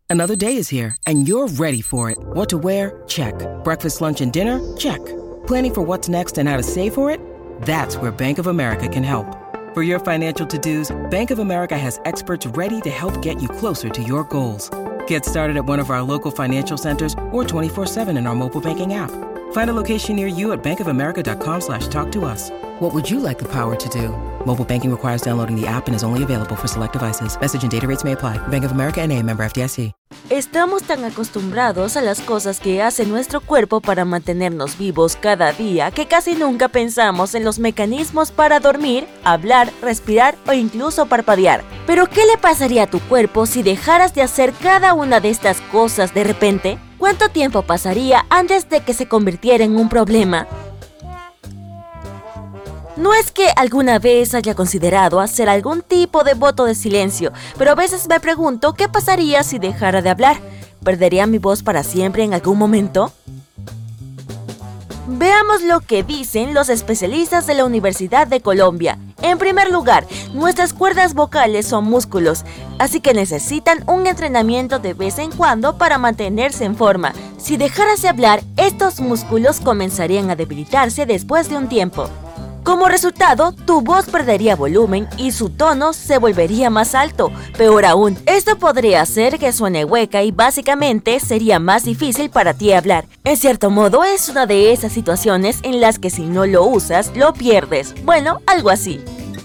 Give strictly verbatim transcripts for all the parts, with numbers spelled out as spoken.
Another day is here, and you're ready for it. What to wear? Check. Breakfast, lunch, and dinner? Check. Planning for what's next and how to save for it? That's where Bank of America can help. For your financial to-dos, Bank of America has experts ready to help get you closer to your goals. Get started at one of our local financial centers or twenty-four seven in our mobile banking app. Find a location near you at bankofamerica.com slash talk to us. What would you like the power to do? Mobile banking requires downloading the app and is only available for select devices. Message and data rates may apply. Bank of America N A, member F D I C. Estamos tan acostumbrados a las cosas que hace nuestro cuerpo para mantenernos vivos cada día que casi nunca pensamos en los mecanismos para dormir, hablar, respirar o incluso parpadear. Pero ¿qué le pasaría a tu cuerpo si dejaras de hacer cada una de estas cosas de repente? ¿Cuánto tiempo pasaría antes de que se convirtiera en un problema? No es que alguna vez haya considerado hacer algún tipo de voto de silencio, pero a veces me pregunto qué pasaría si dejara de hablar. ¿Perdería mi voz para siempre en algún momento? Veamos lo que dicen los especialistas de la Universidad de Colombia. En primer lugar, nuestras cuerdas vocales son músculos, así que necesitan un entrenamiento de vez en cuando para mantenerse en forma. Si dejaras de hablar, estos músculos comenzarían a debilitarse después de un tiempo. Como resultado, tu voz perdería volumen y su tono se volvería más alto. Peor aún, esto podría hacer que suene hueca y básicamente sería más difícil para ti hablar. En cierto modo, es una de esas situaciones en las que si no lo usas, lo pierdes. Bueno, algo así.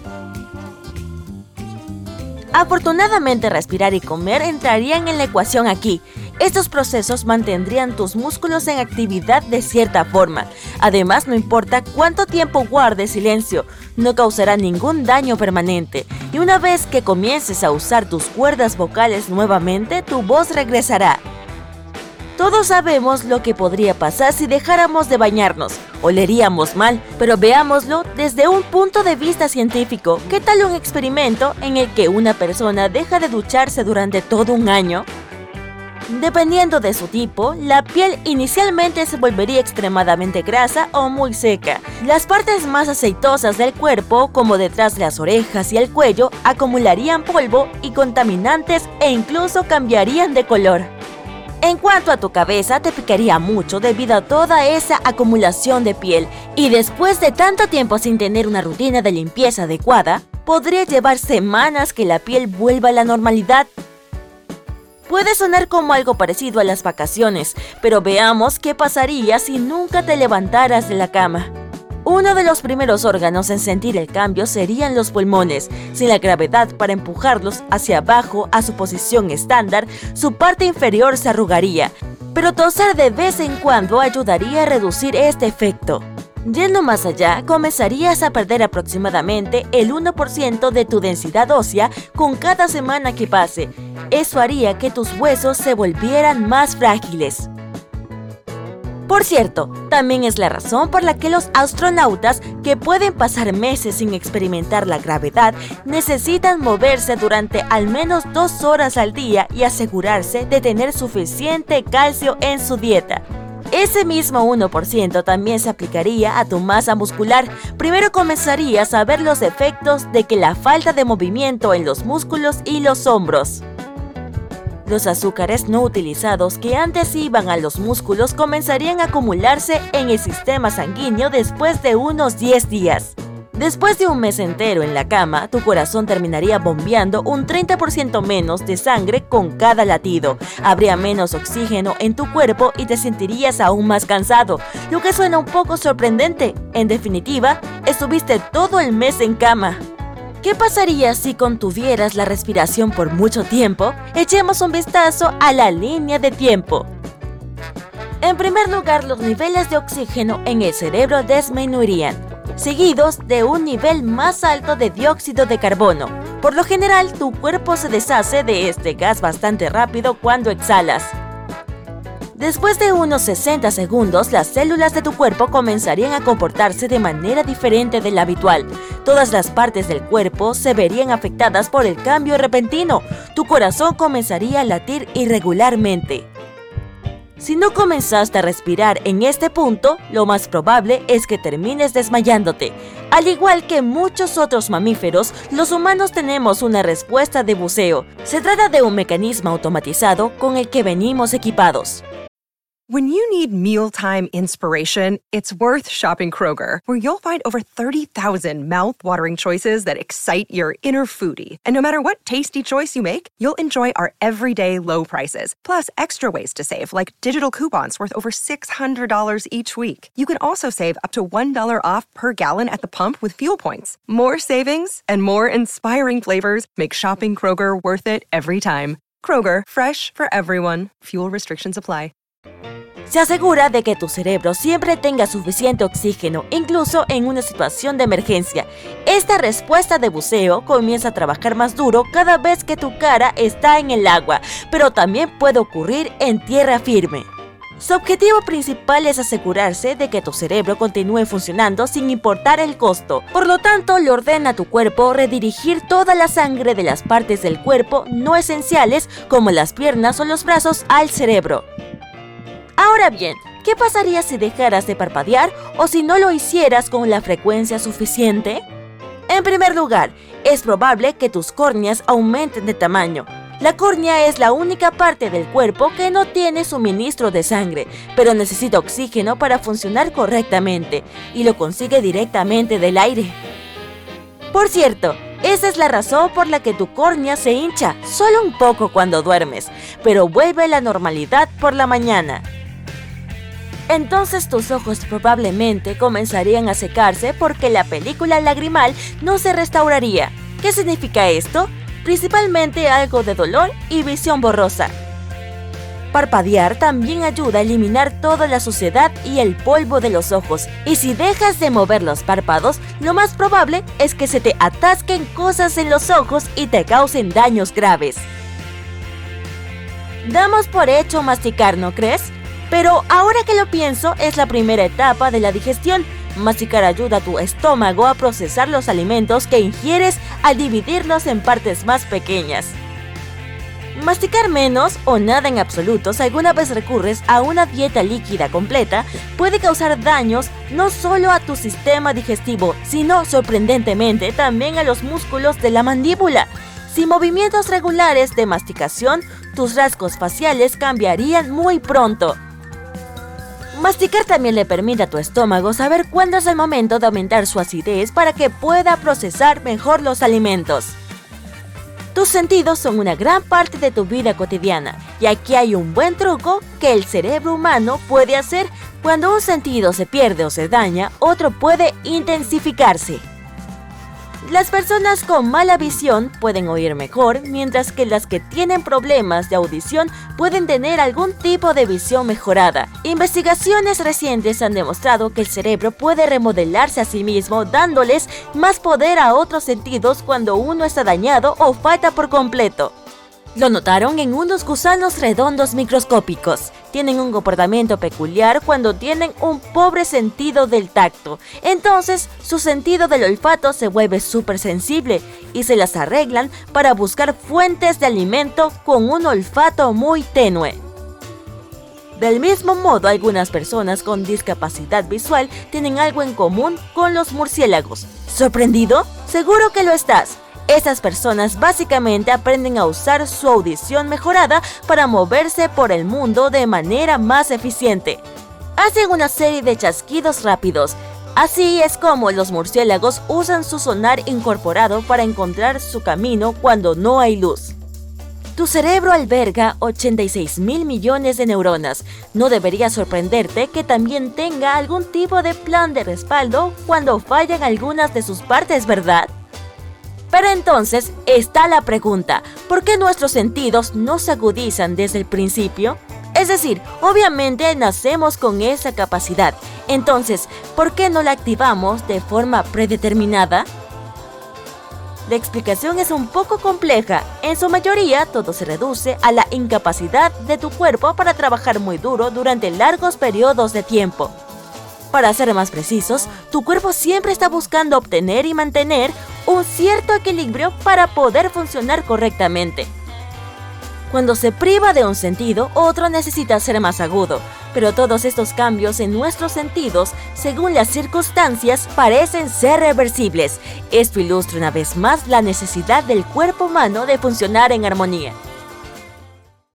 Afortunadamente, respirar y comer entrarían en la ecuación aquí. Estos procesos mantendrían tus músculos en actividad de cierta forma. Además, no importa cuánto tiempo guardes silencio, no causará ningún daño permanente. Y una vez que comiences a usar tus cuerdas vocales nuevamente, tu voz regresará. Todos sabemos lo que podría pasar si dejáramos de bañarnos. Oleríamos mal, pero veámoslo desde un punto de vista científico. ¿Qué tal un experimento en el que una persona deja de ducharse durante todo un año? Dependiendo de su tipo, la piel inicialmente se volvería extremadamente grasa o muy seca. Las partes más aceitosas del cuerpo, como detrás de las orejas y el cuello, acumularían polvo y contaminantes e incluso cambiarían de color. En cuanto a tu cabeza, te picaría mucho debido a toda esa acumulación de piel, y después de tanto tiempo sin tener una rutina de limpieza adecuada, podría llevar semanas que la piel vuelva a la normalidad. Puede sonar como algo parecido a las vacaciones, pero veamos qué pasaría si nunca te levantaras de la cama. Uno de los primeros órganos en sentir el cambio serían los pulmones. Sin la gravedad para empujarlos hacia abajo a su posición estándar, su parte inferior se arrugaría, pero toser de vez en cuando ayudaría a reducir este efecto. Yendo más allá, comenzarías a perder aproximadamente el uno por ciento de tu densidad ósea con cada semana que pase. Eso haría que tus huesos se volvieran más frágiles. Por cierto, también es la razón por la que los astronautas, que pueden pasar meses sin experimentar la gravedad, necesitan moverse durante al menos dos horas al día y asegurarse de tener suficiente calcio en su dieta. Ese mismo uno por ciento también se aplicaría a tu masa muscular. Primero comenzarías a ver los efectos de que la falta de movimiento en los músculos y los hombros. Los azúcares no utilizados que antes iban a los músculos comenzarían a acumularse en el sistema sanguíneo después de unos diez días. Después de un mes entero en la cama, tu corazón terminaría bombeando un treinta por ciento menos de sangre con cada latido. Habría menos oxígeno en tu cuerpo y te sentirías aún más cansado, lo que suena un poco sorprendente. En definitiva, estuviste todo el mes en cama. ¿Qué pasaría si contuvieras la respiración por mucho tiempo? Echemos un vistazo a la línea de tiempo. En primer lugar, los niveles de oxígeno en el cerebro disminuirían, seguidos de un nivel más alto de dióxido de carbono. Por lo general, tu cuerpo se deshace de este gas bastante rápido cuando exhalas. Después de unos sesenta segundos, las células de tu cuerpo comenzarían a comportarse de manera diferente de la habitual. Todas las partes del cuerpo se verían afectadas por el cambio repentino. Tu corazón comenzaría a latir irregularmente. Si no comenzaste a respirar en este punto, lo más probable es que termines desmayándote. Al igual que muchos otros mamíferos, los humanos tenemos una respuesta de buceo. Se trata de un mecanismo automatizado con el que venimos equipados. When you need mealtime inspiration, it's worth shopping Kroger, where you'll find over thirty thousand mouth-watering choices that excite your inner foodie. And no matter what tasty choice you make, you'll enjoy our everyday low prices, plus extra ways to save, like digital coupons worth over six hundred dollars each week. You can also save up to one dollar off per gallon at the pump with fuel points. More savings and more inspiring flavors make shopping Kroger worth it every time. Kroger, fresh for everyone. Fuel restrictions apply. Se asegura de que tu cerebro siempre tenga suficiente oxígeno, incluso en una situación de emergencia. Esta respuesta de buceo comienza a trabajar más duro cada vez que tu cara está en el agua, pero también puede ocurrir en tierra firme. Su objetivo principal es asegurarse de que tu cerebro continúe funcionando sin importar el costo. Por lo tanto, le ordena a tu cuerpo redirigir toda la sangre de las partes del cuerpo no esenciales, como las piernas o los brazos, al cerebro. Ahora bien, ¿qué pasaría si dejaras de parpadear o si no lo hicieras con la frecuencia suficiente? En primer lugar, es probable que tus córneas aumenten de tamaño. La córnea es la única parte del cuerpo que no tiene suministro de sangre, pero necesita oxígeno para funcionar correctamente, y lo consigue directamente del aire. Por cierto, esa es la razón por la que tu córnea se hincha, solo un poco cuando duermes, pero vuelve a la normalidad por la mañana. Entonces tus ojos probablemente comenzarían a secarse porque la película lagrimal no se restauraría. ¿Qué significa esto? Principalmente algo de dolor y visión borrosa. Parpadear también ayuda a eliminar toda la suciedad y el polvo de los ojos. Y si dejas de mover los párpados, lo más probable es que se te atasquen cosas en los ojos y te causen daños graves. Damos por hecho masticar, ¿no crees? Pero ahora que lo pienso, es la primera etapa de la digestión. Masticar ayuda a tu estómago a procesar los alimentos que ingieres al dividirlos en partes más pequeñas. Masticar menos o nada en absoluto si alguna vez recurres a una dieta líquida completa puede causar daños no solo a tu sistema digestivo, sino sorprendentemente también a los músculos de la mandíbula. Sin movimientos regulares de masticación, tus rasgos faciales cambiarían muy pronto. Masticar también le permite a tu estómago saber cuándo es el momento de aumentar su acidez para que pueda procesar mejor los alimentos. Tus sentidos son una gran parte de tu vida cotidiana, y aquí hay un buen truco que el cerebro humano puede hacer. Cuando un sentido se pierde o se daña, otro puede intensificarse. Las personas con mala visión pueden oír mejor, mientras que las que tienen problemas de audición pueden tener algún tipo de visión mejorada. Investigaciones recientes han demostrado que el cerebro puede remodelarse a sí mismo, dándoles más poder a otros sentidos cuando uno está dañado o falta por completo. Lo notaron en unos gusanos redondos microscópicos. Tienen un comportamiento peculiar cuando tienen un pobre sentido del tacto. Entonces, su sentido del olfato se vuelve súper sensible y se las arreglan para buscar fuentes de alimento con un olfato muy tenue. Del mismo modo, algunas personas con discapacidad visual tienen algo en común con los murciélagos. ¿Sorprendido? Seguro que lo estás. Estas personas básicamente aprenden a usar su audición mejorada para moverse por el mundo de manera más eficiente. Hacen una serie de chasquidos rápidos. Así es como los murciélagos usan su sonar incorporado para encontrar su camino cuando no hay luz. Tu cerebro alberga ochenta y seis mil millones de neuronas. No debería sorprenderte que también tenga algún tipo de plan de respaldo cuando fallan algunas de sus partes, ¿verdad? Pero entonces está la pregunta, ¿por qué nuestros sentidos no se agudizan desde el principio? Es decir, obviamente nacemos con esa capacidad, entonces, ¿por qué no la activamos de forma predeterminada? La explicación es un poco compleja. En su mayoría, todo se reduce a la incapacidad de tu cuerpo para trabajar muy duro durante largos periodos de tiempo. Para ser más precisos, tu cuerpo siempre está buscando obtener y mantener un cierto equilibrio para poder funcionar correctamente. Cuando se priva de un sentido, otro necesita ser más agudo. Pero todos estos cambios en nuestros sentidos, según las circunstancias, parecen ser reversibles. Esto ilustra una vez más la necesidad del cuerpo humano de funcionar en armonía.